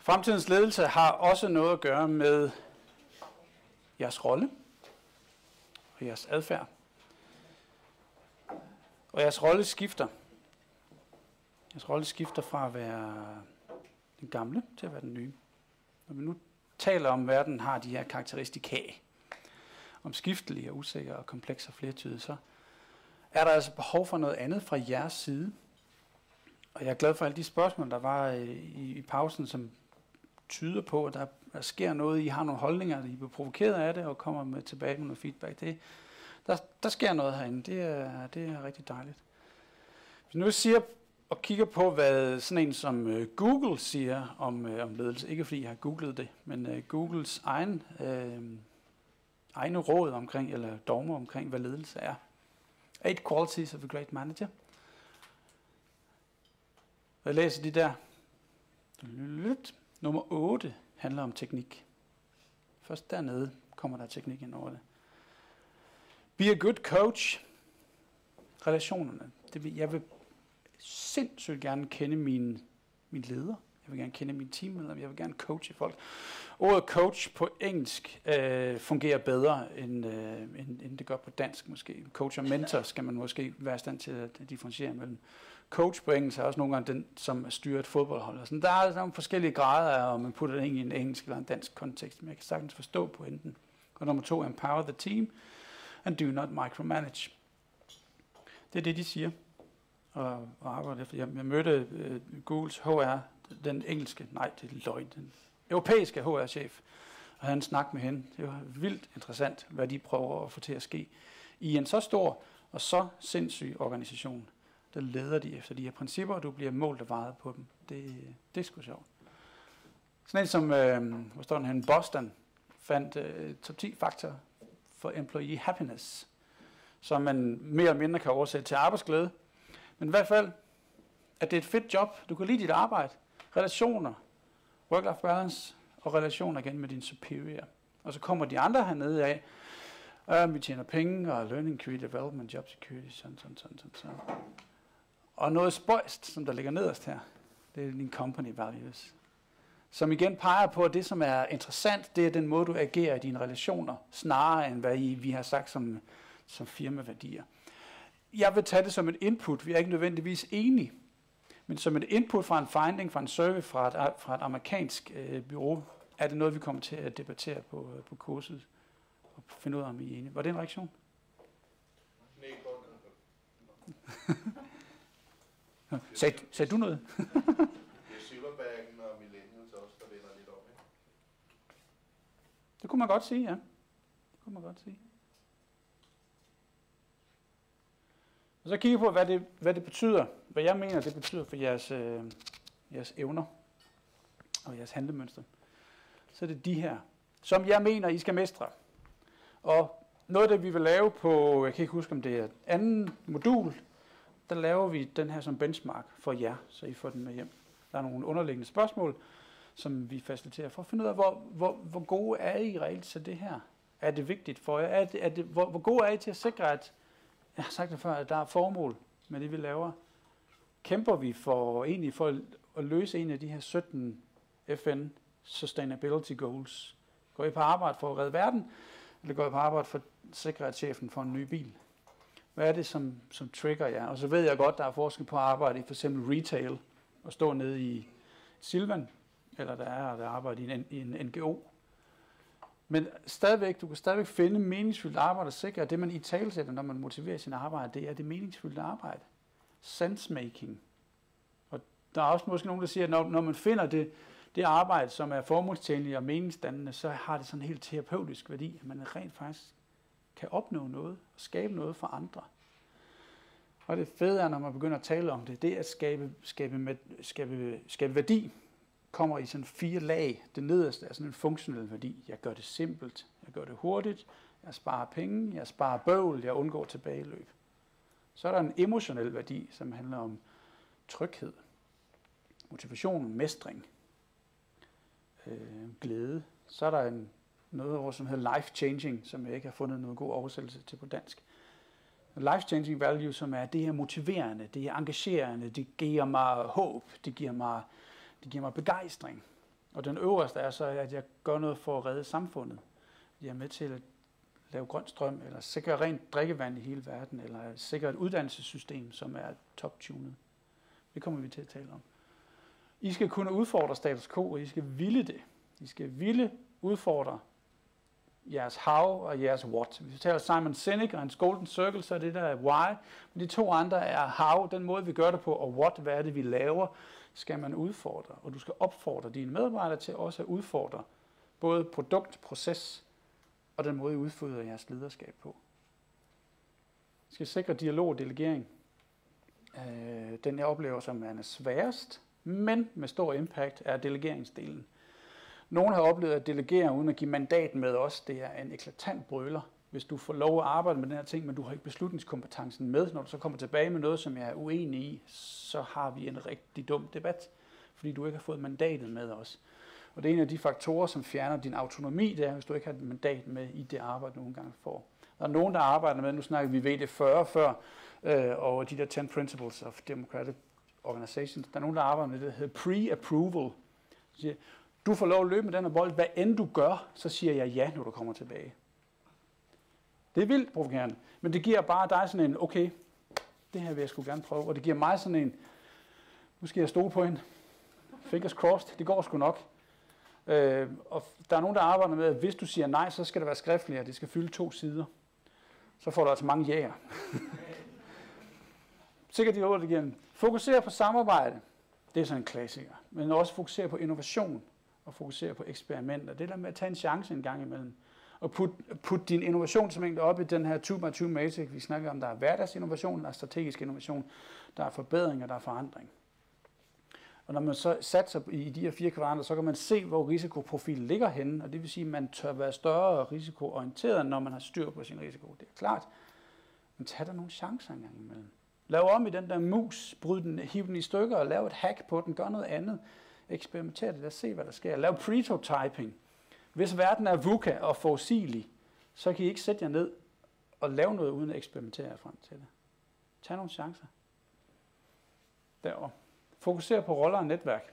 Fremtidens ledelse har også noget at gøre med jeres rolle og jeres adfærd. Og jeres rolle skifter. Jeres rolle skifter fra at være den gamle til at være den nye. Når vi nu taler om, at verden har de her karakteristika, omskiftelige og usikre og komplekse og flertydige, så er der altså behov for noget andet fra jeres side. Og jeg er glad for alle de spørgsmål, der var i pausen, som tyder på, at der sker noget, I har nogle holdninger, I bliver provokeret af det, og kommer med tilbage med noget feedback. Der sker noget herinde. Det er rigtig dejligt. Hvis nu siger og kigger på, hvad sådan en som Google siger om ledelse, ikke fordi jeg har googlet det, men Googles egne råd omkring, eller dogmer omkring, hvad ledelse er. 8 qualities of a great manager. Jeg læser de der. Nummer 8 handler om teknik. Først dernede kommer der teknik ind over det. Be a good coach. Relationerne. Jeg vil sindssygt gerne kende min leder. Jeg vil gerne kende mine teammedlemmer. Jeg vil gerne coache folk. Ordet coach på engelsk fungerer bedre, end det gør på dansk måske. Coach og mentor skal man måske være i stand til at differentiere mellem. Coach på engelsk er også nogle gange den, som styrer et fodboldhold. Og sådan. Der er nogle forskellige grader af, om man putter det ind i en engelsk eller en dansk kontekst. Men jeg kan sagtens forstå pointen. Og nummer 2, empower the team and do not micromanage. Det er det, de siger. Og arbejde efter. Jeg mødte Googles HR, den engelske, nej, det er løgn, den europæiske HR-chef, og han snakkede med hende. Det var vildt interessant, hvad de prøver at få til at ske. I en så stor og så sindssyg organisation, der leder de efter de her principper, og du bliver målt og vejet på dem. Det er sgu sjovt. Sådan en som, hvor står den her, Boston, fandt top 10 faktorer for employee happiness, som man mere eller mindre kan oversætte til arbejdsglæde. Men i hvert fald, at det er et fedt job. Du kan lide dit arbejde. Relationer, work-life balance og relationer igen med din superior. Og så kommer de andre hernede af, vi tjener penge og learning, career development, job security, sådan. Og noget spøjst, som der ligger nederst her, det er din company values. Som igen peger på, at det, som er interessant, det er den måde, du agerer i dine relationer, snarere end hvad vi har sagt som firmaværdier. Jeg vil tage det som et input. Vi er ikke nødvendigvis enige. Men som et input fra en finding, fra en survey fra et amerikansk bureau, er det noget, vi kommer til at debattere på kurset og finde ud af, om I er enige. Var det en reaktion? Nej, Sagde du noget? Det er silverbacken og millennials også, der vender lidt om, ikke? Det kunne man godt sige, ja. Det kunne man godt sige. Og så kigge på, hvad det betyder, hvad jeg mener, det betyder for jeres evner og jeres handlemønster. Så er det de her, som jeg mener, I skal mestre. Og noget, det vi vil lave på, jeg kan ikke huske, om det er anden modul, der laver vi den her som benchmark for jer, så I får den med hjem. Der er nogle underliggende spørgsmål, som vi faciliterer for at finde ud af, hvor gode er I reelt til det her? Er det vigtigt for jer? Hvor gode er I til at sikre, at jeg har sagt det før, at der er formål med det, vi laver? Kæmper vi for at løse en af de her 17 FN Sustainability Goals? Går I på arbejde for at redde verden, eller går I på arbejde for at sikre, at chefen får en ny bil? Hvad er det, som trigger jer? Og så ved jeg godt, der er forskel på at arbejde i for eksempel retail, og stå nede i Silvan, eller der arbejde i en NGO. Men stadigvæk, du kan stadigvæk finde meningsfyldt arbejde og sikre, at det, man i talesætter, når man motiverer sin arbejde, det er det meningsfyldte arbejde. Sense-making. Og der er også måske nogen, der siger, at når man finder det arbejde, som er formålstjenligt og meningsdannende, så har det sådan en helt terapeutisk værdi, at man rent faktisk kan opnå noget og skabe noget for andre. Og det fede er, når man begynder at tale om det, det er at skabe værdi, kommer i sådan 4 lag. Det nederste er sådan en funktionel værdi. Jeg gør det simpelt, jeg gør det hurtigt, jeg sparer penge, jeg sparer bøvl, jeg undgår tilbageløb. Så er der en emotionel værdi, som handler om tryghed, motivation, mestring, glæde. Så er der noget over, som hedder life-changing, som jeg ikke har fundet noget god oversættelse til på dansk. Life-changing value, som er det her motiverende, det er engagerende, det giver mig håb, det giver mig begejstring. Og den øverste er så, at jeg gør noget for at redde samfundet. Jeg er med til at lave grøn strøm, eller sikre rent drikkevand i hele verden, eller sikre et uddannelsessystem, som er top-tunet. Det kommer vi til at tale om. I skal kunne udfordre status quo, og I skal ville det. I skal ville udfordre jeres how og jeres what. Hvis vi taler Simon Sinek og hans Golden Circle, så er det der why. Men de to andre er how, den måde vi gør det på, og what, hvad er det vi laver, skal man udfordre. Og du skal opfordre dine medarbejdere til også at udfordre både produkt, proces og den måde I udfører jeres lederskab på. I skal sikre dialog og delegering. Den jeg oplever som er sværest, men med stor impact, er delegeringsdelen. Nogle har oplevet at delegere uden at give mandat med os. Det er en eklatant brøler, hvis du får lov at arbejde med den her ting, men du har ikke beslutningskompetencen med. Når du så kommer tilbage med noget, som jeg er uenig i, så har vi en rigtig dum debat, fordi du ikke har fået mandatet med os. Og det er en af de faktorer, som fjerner din autonomi, det er, hvis du ikke har et mandat med i det arbejde, du nogle gange får. Der er nogen, der arbejder med, nu snakker vi VD40 før, og de der 10 Principles of Democratic Organizations. Der er nogen, der arbejder med det, der hedder pre-approval. Du får lov at løbe med den her bold. Hvad end du gør, så siger jeg ja, når du kommer tilbage. Det er vildt provokerende, men det giver bare dig sådan en, okay, det her vil jeg sgu gerne prøve. Og det giver mig sådan en, nu skal jeg stole på hende. Fingers crossed, det går sgu nok. Og der er nogen, der arbejder med, at hvis du siger nej, så skal det være skriftligt, og det skal fylde 2 sider. Så får du altså mange jæger. Sikkert de ord, det giver en. Fokusere på samarbejde. Det er sådan en klassiker. Men også fokusere på innovation og fokusere på eksperimenter. Det der med at tage en chance en gang imellem. Og putte din innovationsmængde op i den her 2x2 matrix. Vi snakker om, der er hverdagsinnovation, der er strategisk innovation, der er forbedring og der er forandring. Og når man så satser i de her 4 kvadranter, så kan man se, hvor risikoprofilen ligger henne. Og det vil sige, at man tør være større og risikoorienteret, når man har styr på sin risiko. Det er klart. Men tag der nogle chancer en gang imellem. Lav om i den der mus, hiv den i stykker og lav et hack på den, gør noget andet. Eksperimenter det, lad os se, hvad der sker. Lav prototyping. Hvis verden er VUCA og forudsigelig, så kan I ikke sætte jer ned og lave noget uden at eksperimentere frem til det. Tag nogle chancer. Derovre. Fokuser på roller og netværk.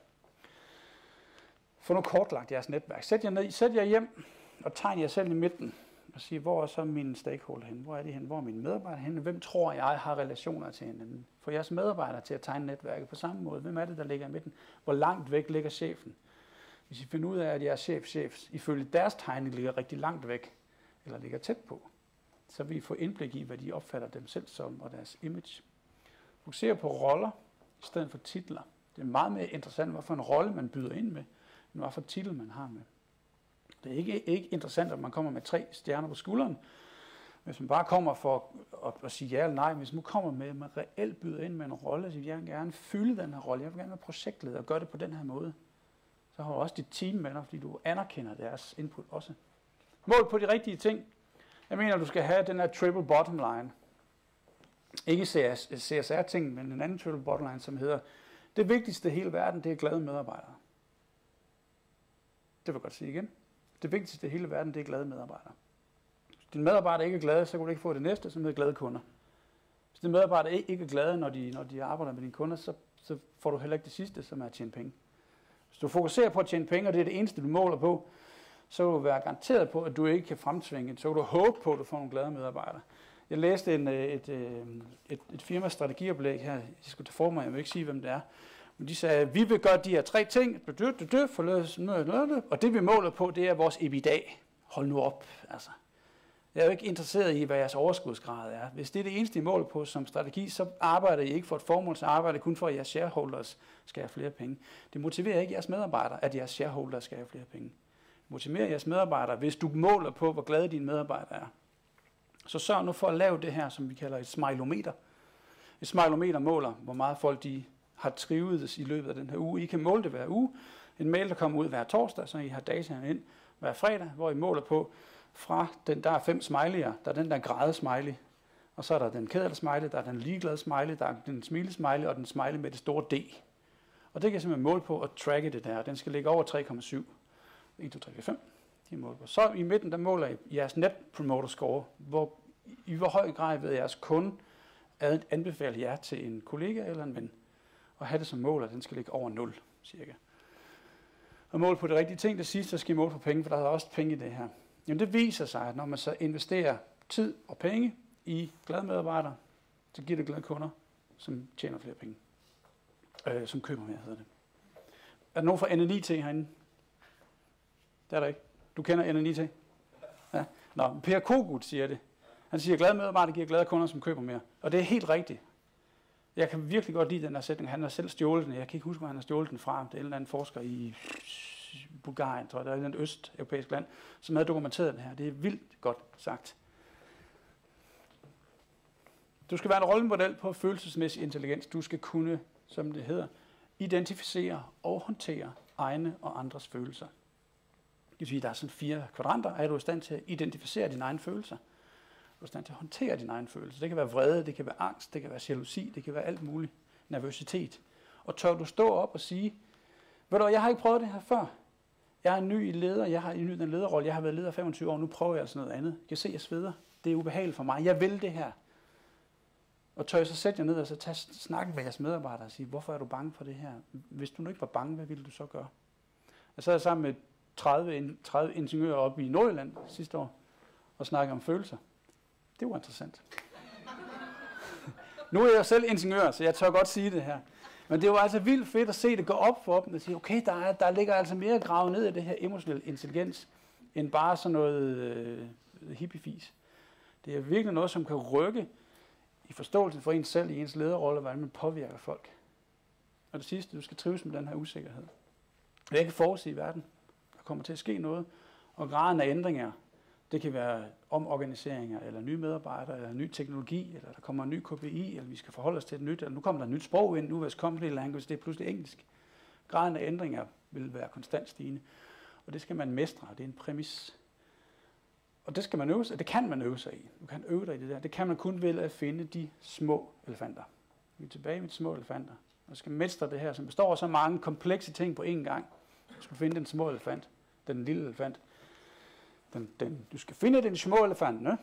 Få nu kortlagt jeres netværk. Sæt jer ned, sæt jer hjem og tegn jer selv i midten. Og sige, hvor er så mine stakeholder henne? Hvor er de henne? Hvor er mine medarbejdere henne? Hvem tror jeg har relationer til hinanden? Få jeres medarbejdere til at tegne netværket på samme måde. Hvem er det, der ligger i midten? Hvor langt væk ligger chefen? Hvis I finder ud af, at jeres chef ifølge deres tegning ligger rigtig langt væk, eller ligger tæt på, så vil I få indblik i, hvad de opfatter dem selv som og deres image. Fokuser på roller i stedet for titler. Det er meget mere interessant, hvorfor en rolle man byder ind med, end hvorfor titel man har med. Det er ikke interessant, at man kommer med 3 stjerner på skulderen, hvis man bare kommer for at sige ja eller nej. Hvis man kommer med, at man reelt byder ind med en rolle, så jeg vil gerne fylde den her rolle, jeg vil gerne være projektleder og gøre det på den her måde, så har du også dit team med dig, fordi du anerkender deres input også. Mål på de rigtige ting. Jeg mener, du skal have den her triple bottom line. Ikke CSR-ting, men en anden triple bottom line, som hedder, det vigtigste i hele verden, det er glade medarbejdere. Det vil jeg godt sige igen. Det vigtigste i hele verden, det er glade medarbejdere. Hvis dine medarbejdere ikke er glade, så kan du ikke få det næste, som hedder glade kunder. Hvis dine medarbejdere ikke er glade, når de arbejder med dine kunder, så får du heller ikke det sidste, som er at tjene penge. Hvis du fokuserer på at tjene penge, og det er det eneste, du måler på, så vil du være garanteret på, at du ikke kan fremtvinge. Så vil du håbe på, at du får nogle glade medarbejdere. Jeg læste et firmas strategioplæg her. Jeg skulle tage for mig, jeg vil ikke sige, hvem det er. Men de sagde, at vi vil gøre de her 3 ting, og det vi måler på, det er vores EBITDA. Hold nu op, altså. Jeg er jo ikke interesseret i, hvad jeres overskudsgrad er. Hvis det er det eneste, I måler på som strategi, så arbejder I ikke for et formål, så arbejder I kun for, at jeres shareholders skal have flere penge. Det motiverer ikke jeres medarbejdere, at jeres shareholders skal have flere penge. Det motiverer jeres medarbejdere, hvis du måler på, hvor glade dine medarbejdere er. Så sørg nu for at lave det her, som vi kalder et smilometer. Et smilometer måler, hvor meget folk de har trivet i løbet af den her uge. I kan måle det hver uge. En mail, der kommer ud hver torsdag, så I har dataen ind hver fredag, hvor I måler på fra der er 5 smiley'er. Der er den der græde smiley, og så er der den kædede smiley, der er den ligeglade smiley, der er den smile smiley og den smiley med det store D. Og det kan jeg simpelthen måle på og tracke det der. Den skal ligge over 3,7. 1, 2, 3, 4, 5. De måler på. Så i midten, der måler I jeres net promoter score, i hvor høj grad ved jeres kunde anbefale jer til en kollega eller en ven, og have det som mål, at den skal ligge over 0, cirka. Og måle på de rigtige ting. Det sidste, så skal I måle på penge, for der er også penge i det her. Jamen det viser sig, at når man så investerer tid og penge i glade medarbejdere, så giver det glade kunder, som tjener flere penge. Som køber mere, hedder det. Er der nogen fra NNIT herinde? Det er der ikke. Du kender NNIT? Ja. Nå, Per Kogut siger det. Han siger, at glade medarbejdere giver glade kunder, som køber mere. Og det er helt rigtigt. Jeg kan virkelig godt lide den her sætning. Han har selv stjålet den. Jeg kan ikke huske, hvor han har stjålet den fra. Det er en eller anden forsker i Bulgarien, tror jeg. Der er et eller andet østeuropæisk land, som havde dokumenteret den her. Det er vildt godt sagt. Du skal være en rollemodel på følelsesmæssig intelligens. Du skal kunne, som det hedder, identificere og håndtere egne og andres følelser. Det vil sige, at der er sådan 4 kvadranter. Er du i stand til at identificere dine egne følelser? Er du i stand til at håndtere dine egne følelser? Det kan være vrede, det kan være angst, det kan være jalousi, det kan være alt muligt. Nervøsitet. Og tør du stå op og sige, ved du, jeg har ikke prøvet det her før. Jeg er ny i leder, jeg har i den lederrolle, jeg har været leder 25 år, nu prøver jeg altså noget andet. Jeg kan se, jeg sveder. Det er ubehageligt for mig. Jeg vil det her. Og tør I så sætte jer ned og så snakke med jeres medarbejdere og sige, hvorfor er du bange for det her? Hvis du nu ikke var bange, hvad ville du så gøre? Jeg sad sammen med 30 ingeniører oppe i Nordjylland sidste år og snakkede om følelser. Det var interessant. Nu er jeg selv ingeniør, så jeg tør godt sige det her. Men det var altså vildt fedt at se det gå op for dem og sige, okay, der ligger altså mere gravet ned i det her emotionelle intelligens, end bare sådan noget hippiefis. Det er virkelig noget, som kan rykke i forståelsen for ens selv, i ens lederrolle, hvordan man påvirker folk. Og det sidste, du skal trives med den her usikkerhed. Jeg kan forudse i verden, der kommer til at ske noget, og graden af ændringer, det kan være omorganiseringer, eller nye medarbejdere, eller ny teknologi, eller der kommer en ny KPI, eller vi skal forholde os til et nyt, eller nu kommer der et nyt sprog ind, nu er company language, det er pludselig engelsk. Graden af ændringer vil være konstant stigende, og det skal man mestre, det er en præmis. Og det skal man øve sig, det kan man øve sig i. Du kan øve dig i det der. Det kan man kun ved at finde de små elefanter. Vi er tilbage med de små elefanter. Og skal mestre det her, som består af så mange komplekse ting på én gang. Du skal finde den små elefant, den lille elefant. Du skal finde den små elefant, ne?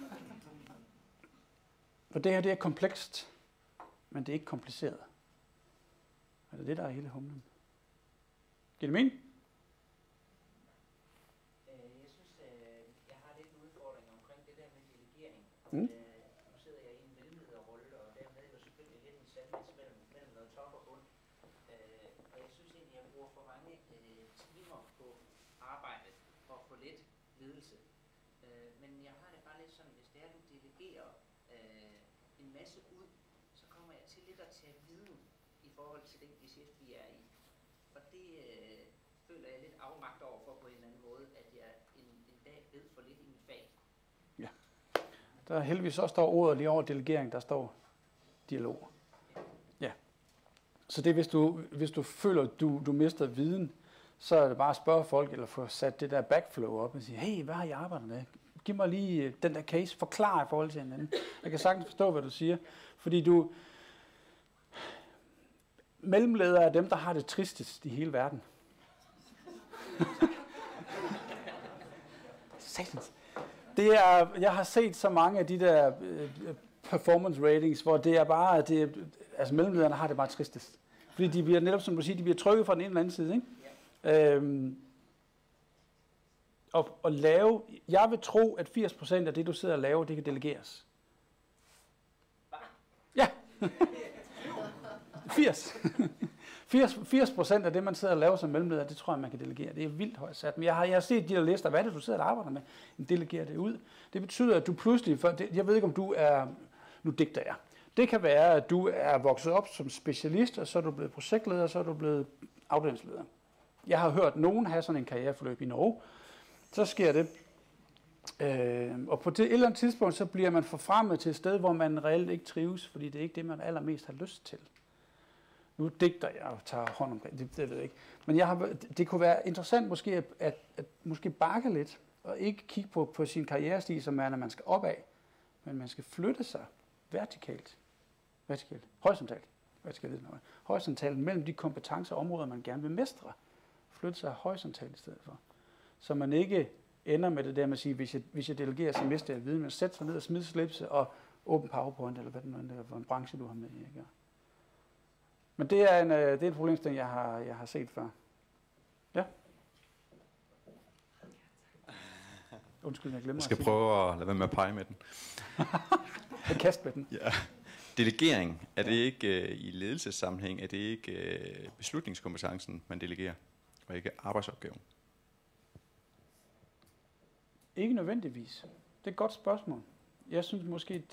Og det her, det er komplekst, men det er ikke kompliceret. Og det er det, der er hele humlen. Giver det mening? Jeg synes, jeg har lidt en udfordring omkring det der med delegering. Mm. Nu sidder jeg i en mellemlederrolle, og dermed jo selvfølgelig lidt en sandwich mellem noget top og bund. Og jeg synes egentlig, jeg bruger for mange timer på arbejdet og for lidt ledelse. Men jeg har det bare lidt sådan, hvis det er, at du delegerer en masse ud, så kommer jeg til lidt at tage viden i forhold til den geschæft, vi er i. Og det føler jeg lidt afmagt overfor på en eller anden måde, at jeg en dag ved for lidt i mit fag. Ja. Der er heldigvis også står ordet lige over delegering, der står dialog. Ja. Så det er, hvis du føler, at du mister viden, så er det bare at spørge folk, eller få sat det der backflow op og sige, hey, hvad har I arbejdet med? Giv mig lige den der case, forklar i forhold til hinanden. Jeg kan sagtens forstå, hvad du siger, fordi mellemledere er dem, der har det tristest i hele verden. Satans. Jeg har set så mange af de der performance ratings, hvor det er bare, altså mellemlederne har det bare tristest. Fordi de bliver netop, som du siger, de bliver trykket fra den ene eller anden side, ikke? Og lave, jeg vil tro, at 80% af det, du sidder og laver, det kan delegeres. Ja. 80% af det, man sidder og laver som mellemleder, det tror jeg, man kan delegere. Det er vildt højt sat. Men jeg har set de der lister, hvad er det, du sidder og arbejder med? Delegerer det ud. Det betyder, at du pludselig, jeg ved ikke, om du er, nu digter jeg. Det kan være, at du er vokset op som specialist, og så er du blevet projektleder, og så er du blevet afdelingsleder. Jeg har hørt nogen have sådan en karriereforløb i Norge. Så sker det. Og på et eller andet tidspunkt, så bliver man forfremmet til et sted, hvor man reelt ikke trives, fordi det er ikke det, man allermest har lyst til. Nu digter jeg og tager hånd om det ved jeg ikke. Men det kunne være interessant måske at måske bakke lidt, og ikke kigge på sin karrierestige, som er, når man skal opad, men man skal flytte sig horisontalt mellem de kompetencer og områder, man gerne vil mestre. Flytte sig horisontalt i stedet for. Så man ikke ender med det der med at sige, hvis jeg delegerer, så mister jeg viden, men sætte sig ned og smide slipse og åbne PowerPoint, eller hvad det nu er for en branche, du har med i. Ikke? Men det er en problemstilling, jeg har set før. Ja? Undskyld, jeg glemmer Jeg skal prøve at lade være med at pege med den. at kaste med den. Ja. Delegering, er det ikke i ledelsessammenhæng, er det ikke beslutningskompetencen, man delegerer, og ikke arbejdsopgaven? Ikke nødvendigvis. Det er et godt spørgsmål. Jeg synes måske,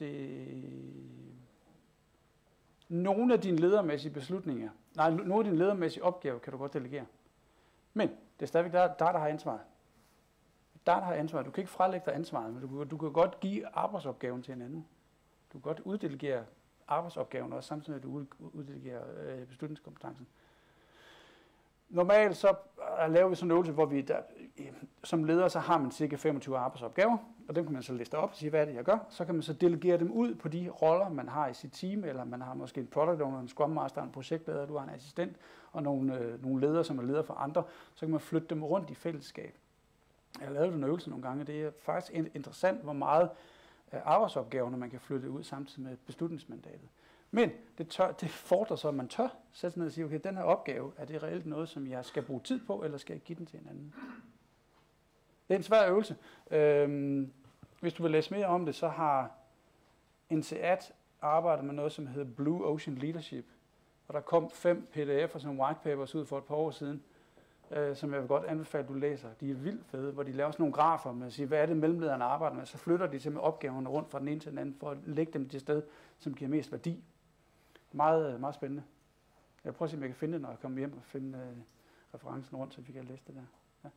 nogle af dine ledermæssige beslutninger, nogle af dine ledermæssige opgaver kan du godt delegere. Men det er stadigvæk der har ansvaret. Der har ansvaret. Du kan ikke frelægge dig ansvaret, men du kan godt give arbejdsopgaven til en anden. Du kan godt uddelegere arbejdsopgaven også, samtidig med at du uddelegerer beslutningskompetencen. Normalt så laver vi sådan en øvelse, hvor vi som leder, så har man cirka 25 arbejdsopgaver, og dem kan man så liste op og sige, hvad er det, jeg gør. Så kan man så delegere dem ud på de roller, man har i sit team, eller man har måske en product owner, en scrum master, en projektleder, du har en assistent, og nogle ledere, som er ledere for andre. Så kan man flytte dem rundt i fællesskab. Jeg har lavet en øvelse nogle gange, det er faktisk interessant, hvor meget arbejdsopgaverne man kan flytte ud samtidig med beslutningsmandatet. Men det fordrer så, at man tør sætte sig ned og sige, okay, den her opgave, er det reelt noget, som jeg skal bruge tid på, eller skal jeg give den til en anden? Det er en svær øvelse. Hvis du vil læse mere om det, så har INSEAD arbejdet med noget, som hedder Blue Ocean Leadership. Og der kom 5 pdf'er som white papers ud for et par år siden, som jeg vil godt anbefale, at du læser. De er vildt fede, hvor de laver sådan nogle grafer med at sige, hvad er det mellemlederne arbejder med? Så flytter de simpelthen opgaverne rundt fra den ene til den anden, for at lægge dem til sted, som giver mest værdi. Meget, meget spændende. Jeg prøver at se, om jeg kan finde det, når jeg kommer hjem og finde referencen rundt, så vi kan læse det der. Ja.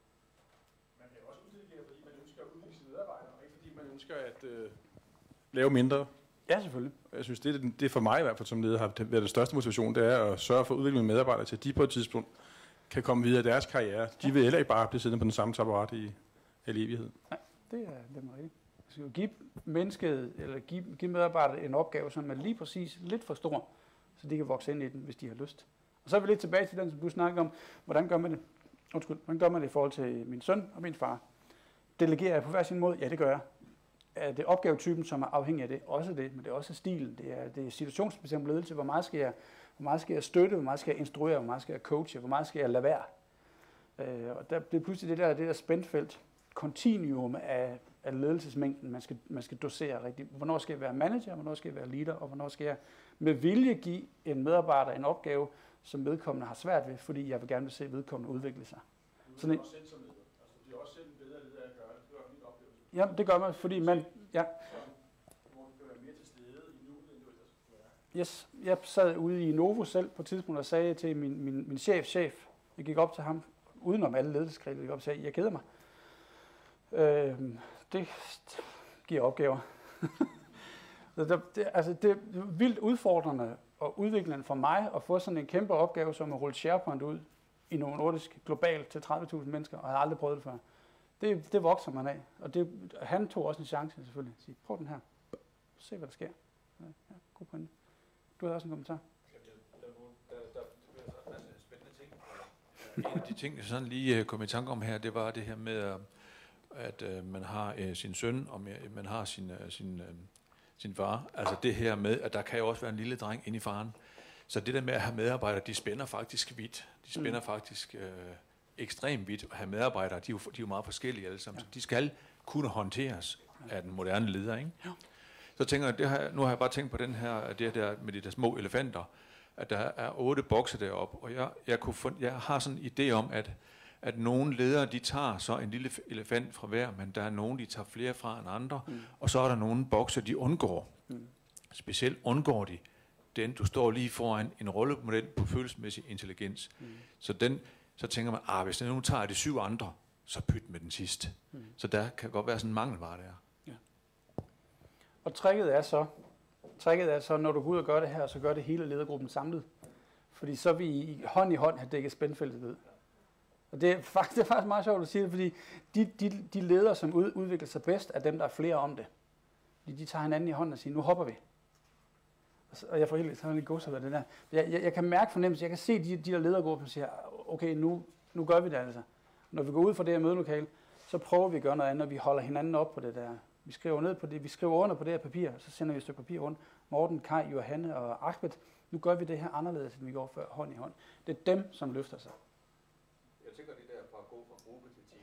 Man kan også uddelegere, fordi man ønsker at udvikle sine medarbejdere, og ikke fordi man ønsker at lave mindre. Ja, selvfølgelig. Jeg synes, det for mig i hvert fald som leder har været det største motivation, det er at sørge for at udvikle mine medarbejdere til, at de på et tidspunkt kan komme videre i deres karriere. De vil heller ikke bare blive siddende på den samme taburet i evighed. Nej, det er rigtigt. Du skal jo give mennesket, eller give medarbejdere en opgave, som er lige præcis lidt for stor, så de kan vokse ind i den, hvis de har lyst. Og så er vi lidt tilbage til den, som du snakkede om. Hvordan gør man det? Hvordan gør man det i forhold til min søn og min far? Delegerer jeg på hver sin måde? Ja, det gør jeg. Er det opgavetypen, som er afhængig af det? Også det, men det er også stilen. Det er situationsbestemt ledelse. Hvor meget skal jeg støtte? Hvor meget skal jeg instruere? Hvor meget skal jeg coache? Hvor meget skal jeg lade være? Og der bliver pludselig det der spændfelt, kontinuum af ledelsesmængden, man skal dosere rigtigt. Hvornår skal jeg være manager? Hvornår skal jeg være leader? Og hvornår skal jeg med vilje give en medarbejder en opgave, som vedkommende har svært ved, fordi jeg vil gerne se vedkommende udvikle sig. Du er også selv som leder. Altså, du bliver også selv en bedre leder at gøre det. Det gør min oplevelse. Ja, det gør man, fordi man... Ja. Hvor du kan være mere til stede i nuet, end du ellers skulle være. Yes, jeg sad ude i Novo selv på et tidspunkt og sagde til min chef, jeg gik op til ham, udenom alle ledelseskredser, jeg gik op og sagde, jeg keder mig. Det giver opgaver. Det er vildt udfordrende og udviklende for mig at få sådan en kæmpe opgave, som at rulle SharePoint ud i Novo Nordisk globalt til 30.000 mennesker, og jeg har aldrig prøvet det før. Det vokser man af, og han tog også en chance selvfølgelig. Sige, prøv den her. Se, hvad der sker. Ja, god pointe. Du havde også en kommentar. En af de ting, jeg sådan lige kom i tanke om her, det var det her med, at man har sin søn, og man har sin far. Altså det her med, at der kan jo også være en lille dreng inde i faren. Så det der med at have medarbejdere, de spænder faktisk vidt. De spænder faktisk ekstremt vidt. At have medarbejdere, de er jo meget forskellige alle sammen. Ja. Så de skal kunne håndteres af den moderne leder, ikke? Ja. Så tænker jeg, nu har jeg bare tænkt på det der med de der små elefanter, at der er 8 bokse deroppe, og jeg har sådan en idé om, at nogle ledere, de tager så en lille elefant fra hver, men der er nogen, de tager flere fra end andre, og så er der nogle bokse, de undgår. Specielt undgår de den, du står lige foran en rollemodel på følelsesmæssig intelligens. Så tænker man, hvis nu tager de 7 andre, så pyt med den sidste. Så der kan godt være sådan en mangelvare der. Ja. Og tricket er så, når du går ud og gør det her, så gør det hele ledergruppen samlet. Fordi så vil I hånd i hånd have dækket spændfeltet ved. Og det er faktisk meget sjovt at sige det, fordi de ledere, som udvikler sig bedst, er dem, der er flere om det. De tager hinanden i hånden og siger, nu hopper vi. Og jeg får helt sådan lidt gåsehud af det der. Jeg kan mærke fornemmelse, jeg kan se de der ledergrupper, som siger, okay, nu gør vi det altså. Når vi går ud fra det her mødelokale, så prøver vi at gøre noget andet, og vi holder hinanden op på det der. Vi skriver under på det her papir, så sender vi et stykke papir rundt. Morten, Kai, Johanne og Ahmed, nu gør vi det her anderledes, end vi går før, hånd i hånd. Det er dem, som løfter sig. Jeg tænker det der fra at gå fra gruppe til team.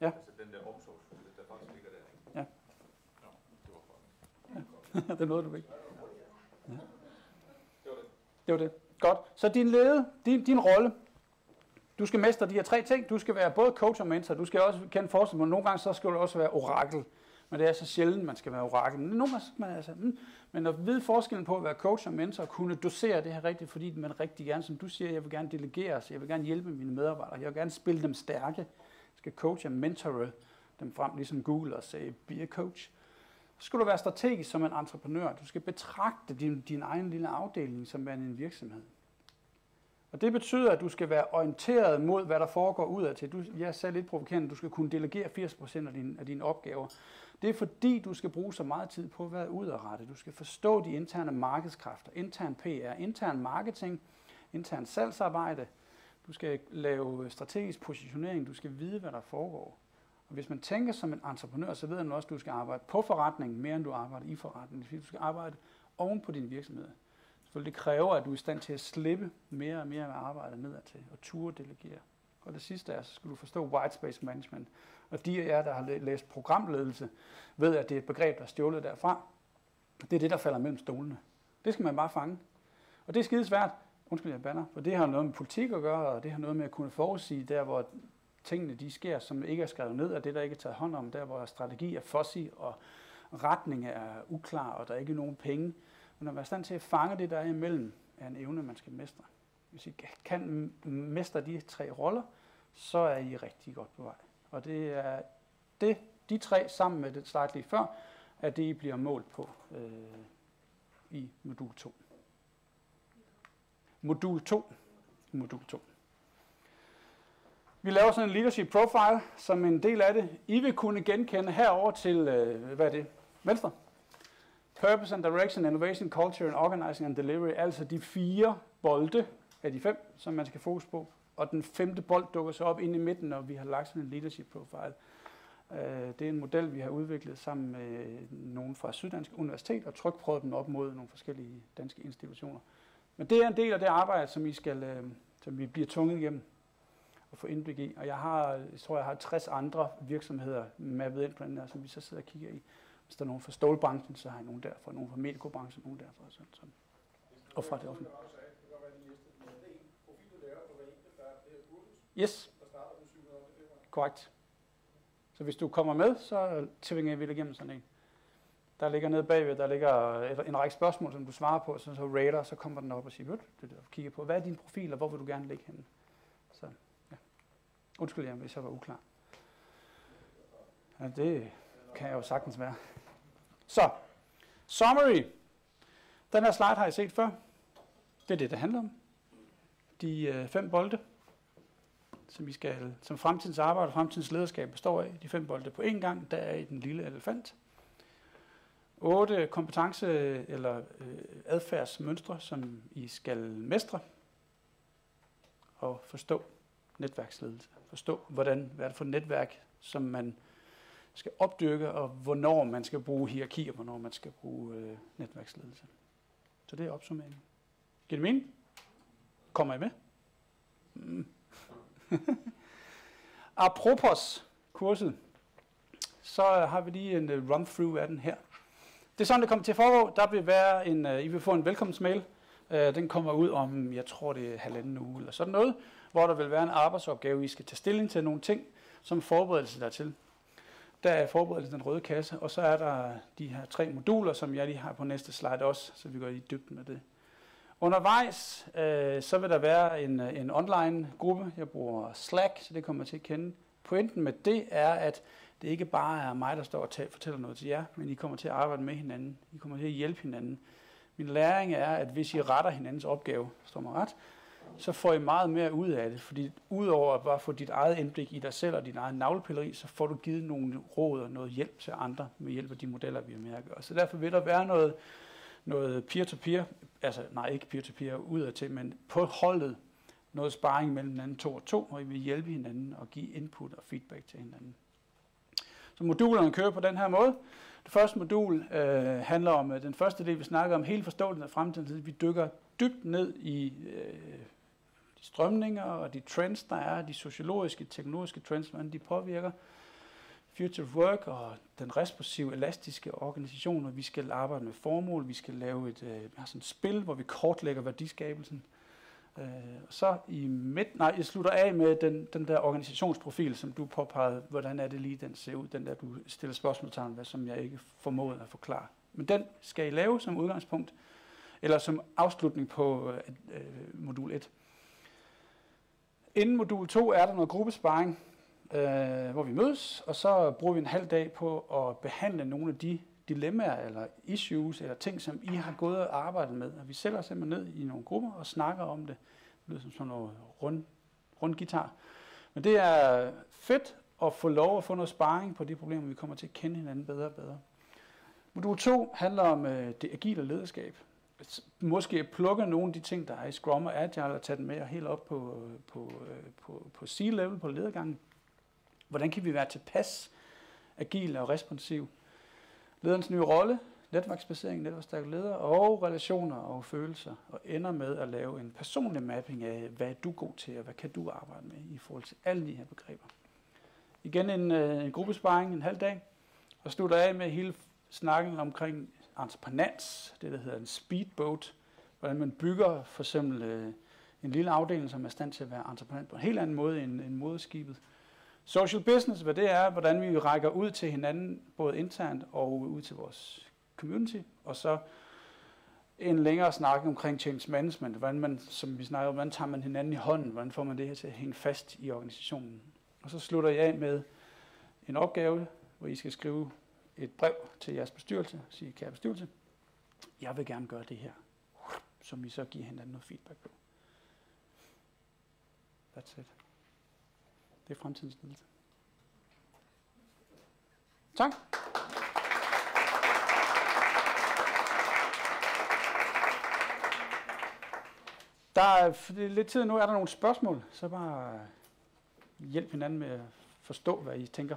Ja. Altså den der omsorgsfulde, der faktisk ligger der. Ja. Nå, det var bare. Det er noget, du ikke. Ja. Det var det. Det var det. Godt. Så din rolle, du skal mestre de her 3 ting. Du skal være både coach og mentor. Du skal også kende forskel på. Nogle gange så skal du også være orakel. Men det er så sjældent, man skal være orakel. Men nogle gange skal man altså... Men at vide forskellen på at være coach og mentor, og kunne dosere det her rigtigt, fordi man rigtig gerne, som du siger, jeg vil gerne delegere, så jeg vil gerne hjælpe mine medarbejdere. Jeg vil gerne spille dem stærke. Jeg skal coache og mentore dem frem, ligesom Google og sagde, be a coach. Så skal du være strategisk som en entreprenør. Du skal betragte din egen lille afdeling som en virksomhed. Og det betyder, at du skal være orienteret mod, hvad der foregår udadtil. Jeg sagde lidt provokerende, du skal kunne delegere 80% af dine opgaver. Det er fordi, du skal bruge så meget tid på at være udadrettet. Du skal forstå de interne markedskræfter, intern PR, intern marketing, intern salgsarbejde. Du skal lave strategisk positionering. Du skal vide, hvad der foregår. Og hvis man tænker som en entreprenør, så ved man også, at du skal arbejde på forretningen, mere end du arbejder i forretningen. Fordi du skal arbejde oven på din virksomhed. Det kræver, at du er i stand til at slippe mere og mere af arbejdet nedadtil og turde delegere. Og det sidste er, så skal du forstå white space management. Og de af jer, der har læst programledelse, ved, at det er et begreb, der er stjålet derfra. Det er det, der falder mellem stolene. Det skal man bare fange. Og det er skide svært. Undskyld, jeg bander. For det har noget med politik at gøre, og det har noget med at kunne forudsige der, hvor tingene de sker, som ikke er skrevet ned, og det, der ikke er taget hånd om, der hvor strategi er fuzzy, og retning er uklar, og der er ikke nogen penge. Men at være i stand til at fange det, der er imellem, er en evne, man skal mestre. Hvis I kan mestre de 3 roller, så er I rigtig godt på vej. Og det er de 3 sammen med det slide lige før, at det I bliver målt på i modul 2. Modul 2. Vi laver sådan en leadership profile som en del af det. I vil kunne genkende herover til, hvad er det? Venstre. Purpose and Direction, Innovation, Culture and Organizing and Delivery, altså de 4 bolde af de 5, som man skal fokus på. Og den 5. bold dukker så op inde i midten, når vi har lagt sådan en leadership profile. Det er en model, vi har udviklet sammen med nogen fra Syddansk Universitet og trykprøvet den op mod nogle forskellige danske institutioner. Men det er en del af det arbejde, som vi bliver tvunget igennem at få indblik i. Og jeg tror, jeg har 60 andre virksomheder mappet ind på den her, som vi så sidder og kigger i. Hvis der er nogen fra stålbranchen, så har jeg nogen derfra, nogen fra medicobranchen, nogen derfra. Sådan. Og fra det offentlige. Yes. Korrekt. Så hvis du kommer med, så tvinger vi dig igennem sådan en. Der ligger nede bagved, der ligger en række spørgsmål, som du svarer på, så rater, så kommer den op og siger, det der, kigger på, hvad er din profil, og hvor vil du gerne ligge henne? Så, ja. Undskyld jer, hvis jeg var uklar. Ja, det kan jeg jo sagtens være. Så, summary. Den her slide har I set før. Det er det handler om. De 5 bolde, som fremtidens arbejde og fremtidens lederskab består af. De 5 bolde på én gang, der er i den lille elefant. 8 kompetence- eller adfærdsmønstre, som I skal mestre og forstå netværksledelse. Forstå, hvad er det for et netværk, som man skal opdyrke, og hvornår man skal bruge hierarki, og hvornår man skal bruge netværksledelse. Så det er opsummeringen. Giver det mening? Kommer I med? Apropos kurset, så har vi lige en run-through af den her. Det er sådan, det kommer til at foregå. Der vil være I vil få en velkomstmail. Den kommer ud om, jeg tror det er 1,5 uge eller sådan noget, hvor der vil være en arbejdsopgave, I skal tage stilling til nogle ting, som forberedelse dertil. Der er forberedelsen den røde kasse, og så er der de her 3 moduler, som jeg lige har på næste slide også, så vi går i dybden med det. Undervejs, så vil der være en online gruppe. Jeg bruger Slack, så det kommer jeg til at kende. Pointen med det er, at det ikke bare er mig, der står og fortæller noget til jer, men I kommer til at arbejde med hinanden. I kommer til at hjælpe hinanden. Min læring er, at hvis I retter hinandens opgave, står mig ret, så får I meget mere ud af det. Fordi udover at bare få dit eget indblik i dig selv og din egen navlepilleri, så får du givet nogle råd og noget hjælp til andre med hjælp af de modeller, vi har med at gøre. Så derfor vil der være noget peer-to-peer, altså nej, ikke peer-to-peer udadtil, men på holdet, noget sparring mellem hinanden 2 og 2, hvor I vil hjælpe hinanden og give input og feedback til hinanden. Så modulerne kører på den her måde. Det første modul handler om den første del, vi snakker om hele forståelsen af fremtiden. Vi dykker dybt ned i de strømninger og de trends, der er, de sociologiske, teknologiske trends, hvordan de påvirker. Future of Work og den responsive, elastiske organisation, og vi skal arbejde med formål, vi skal lave vi har sådan et spil, hvor vi kortlægger værdiskabelsen. Så jeg slutter af med den der organisationsprofil, som du påpegede, hvordan er det lige, den ser ud, den der, du stiller spørgsmålstegn ved, som jeg ikke formåede at forklare. Men den skal I lave som udgangspunkt, eller som afslutning på modul 1. Inden modul 2 er der noget gruppesparring, hvor vi mødes, og så bruger vi en halv dag på at behandle nogle af de dilemmaer eller issues eller ting, som I har gået og arbejdet med. Og vi sætter os simpelthen ned i nogle grupper og snakker om det. Det lyder som sådan noget rundguitar. Men det er fedt at få lov at få noget sparring på de problemer, vi kommer til at kende hinanden bedre og bedre. Modul 2 handler om det agile lederskab. Måske plukke nogle af de ting, der er i Scrum og Agile, og tage dem med helt op på C-level, på ledergangen. Hvordan kan vi være tilpas agile og responsiv? Lederens nye rolle, netværksbasering, netværksstærke leder og relationer og følelser, og ender med at lave en personlig mapping af, hvad er du god til, og hvad kan du arbejde med i forhold til alle de her begreber. Igen en gruppesparring, en halv dag, og slutter af med hele snakken omkring entreprenans, det der hedder en speedboat, hvordan man bygger for eksempel en lille afdeling, som er i stand til at være entreprenant på en helt anden måde end moderskibet. Social business, hvad det er, hvordan vi rækker ud til hinanden, både internt og ud til vores community, og så en længere snak omkring change management, hvordan man, som vi snakker om, hvordan tager man hinanden i hånden, hvordan får man det her til at hænge fast i organisationen. Og så slutter jeg af med en opgave, hvor I skal skrive et brev til jeres bestyrelse, sige, kære bestyrelse, jeg vil gerne gøre det her, som I så giver hinanden noget feedback på. That's it. Det er fremtidens ledelse. Tak. Der er lidt tid nu. Er der nogle spørgsmål? Så bare hjælp hinanden med at forstå, hvad I tænker.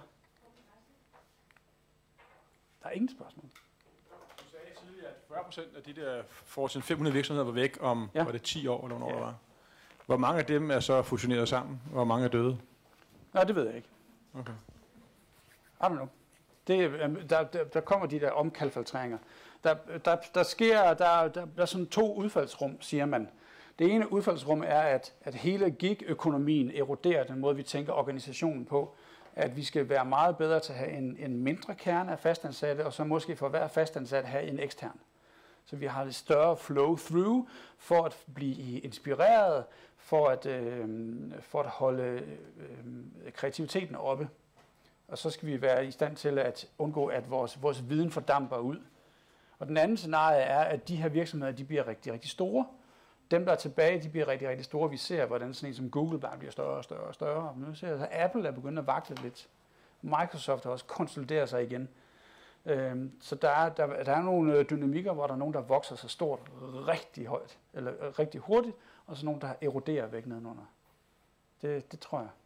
Der er ingen spørgsmål. Du sagde tidligere, at 40% af de der Fortune 500 virksomheder var væk om var det 10 år, eller hvornår det var. Hvor mange af dem er så fusioneret sammen? Hvor mange er døde? Nej, det ved jeg ikke. Okay. I don't know. Der kommer de der omkalfatringer. Der er sådan 2 udfaldsrum, siger man. Det ene udfaldsrum er, at hele gig-økonomien eroderer den måde, vi tænker organisationen på. At vi skal være meget bedre til at have en mindre kerne af fastansatte, og så måske for hver fastansat have en ekstern. Så vi har et større flow-through for at blive inspireret, for at holde kreativiteten oppe. Og så skal vi være i stand til at undgå, at vores viden fordamper ud. Og den anden scenarie er, at de her virksomheder, de bliver rigtig, rigtig store. Dem, der er tilbage, de bliver rigtig, rigtig store. Vi ser, hvordan sådan en som Google bare bliver større og større og større. Nu ser jeg, at Apple er begyndt at vakle lidt. Microsoft har også konsolideret sig igen. Så der er nogle dynamikker, hvor der er nogen, der vokser så stort rigtig højt, eller rigtig hurtigt, og så nogen, der eroderer væk nedenunder. Det tror jeg.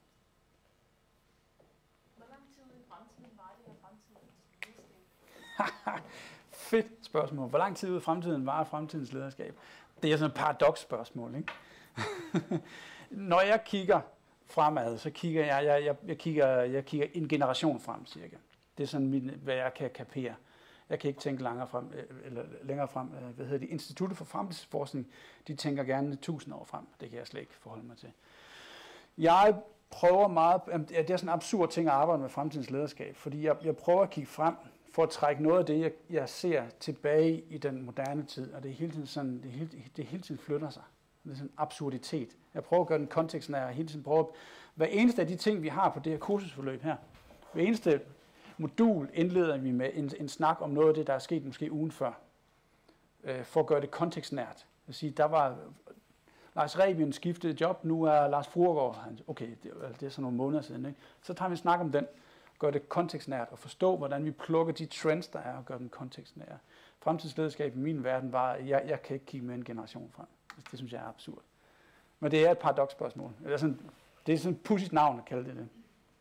Hvor lang tid ude i fremtiden var det, og fremtidens lederskab? Fedt spørgsmål. Hvor lang tid ude i fremtiden var fremtidens lederskab? Det er sådan et paradoksspørgsmål, ikke? Når jeg kigger fremad, så kigger jeg kigger en generation frem, cirka. Det er sådan, hvad jeg kan kapere. Jeg kan ikke tænke længere frem. Instituttet for Fremtidsforskning, de tænker gerne 1000 år frem. Det kan jeg slet ikke forholde mig til. Jeg prøver meget, det er sådan en absurd ting at arbejde med fremtidens lederskab, fordi jeg prøver at kigge frem for at trække noget af det, jeg ser tilbage i den moderne tid, og det er hele tiden sådan, det hele tiden flytter sig. Det er sådan en absurditet. Jeg prøver at gøre den kontekstnær, og hele tiden prøver hver eneste af de ting, vi har på det her kursusforløb her, hver eneste modul indleder vi med en snak om noget af det, der er sket måske ugen før, for at gøre det kontekstnært. Det vil sige, der var Lars Rebien skiftede job, nu er Lars Fruergaard, okay, det er sådan nogle måneder siden, ikke? Så tager vi en snak om den, gør det kontekstnært og forstå, hvordan vi plukker de trends, der er, og gør den kontekstnære. Fremtidslederskab i min verden var, jeg kan ikke kigge med en generation frem. Det synes jeg er absurd. Men det er et paradoksspørgsmål. Det er sådan et pudsigt navn at kalde det. En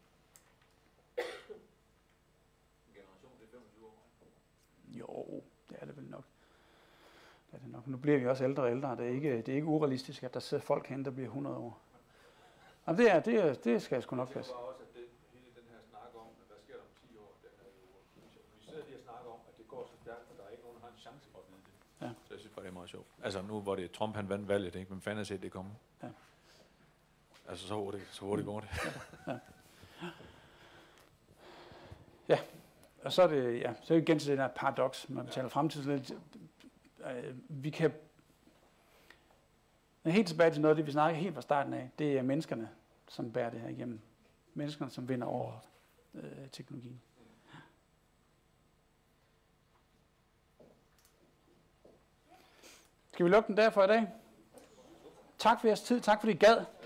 generation, det er 25 år. Jo, det er det vel nok. Nu bliver vi også ældre og ældre. Det er ikke urealistisk, at der sidder folk hen, der bliver 100 år. Jamen, det skal jeg sgu nok passe. Det var også, at hele den her snak om, hvad sker der om 10 det er meget sjovt. Altså nu, hvor det er Trump, han vandt valget, ikke? Hvem fanden har set det komme? Ja. Altså så hurtigt går det. Og så er det, ja, så er det igen til det der paradoks, man betaler fremtid. Vi kan helt tilbage til noget af det, vi snakkede helt fra starten af. Det er menneskerne, som bærer det her igennem. Menneskerne, som vinder over teknologien. Skal vi lukke den der for i dag? Tak for jeres tid. Tak fordi I gad.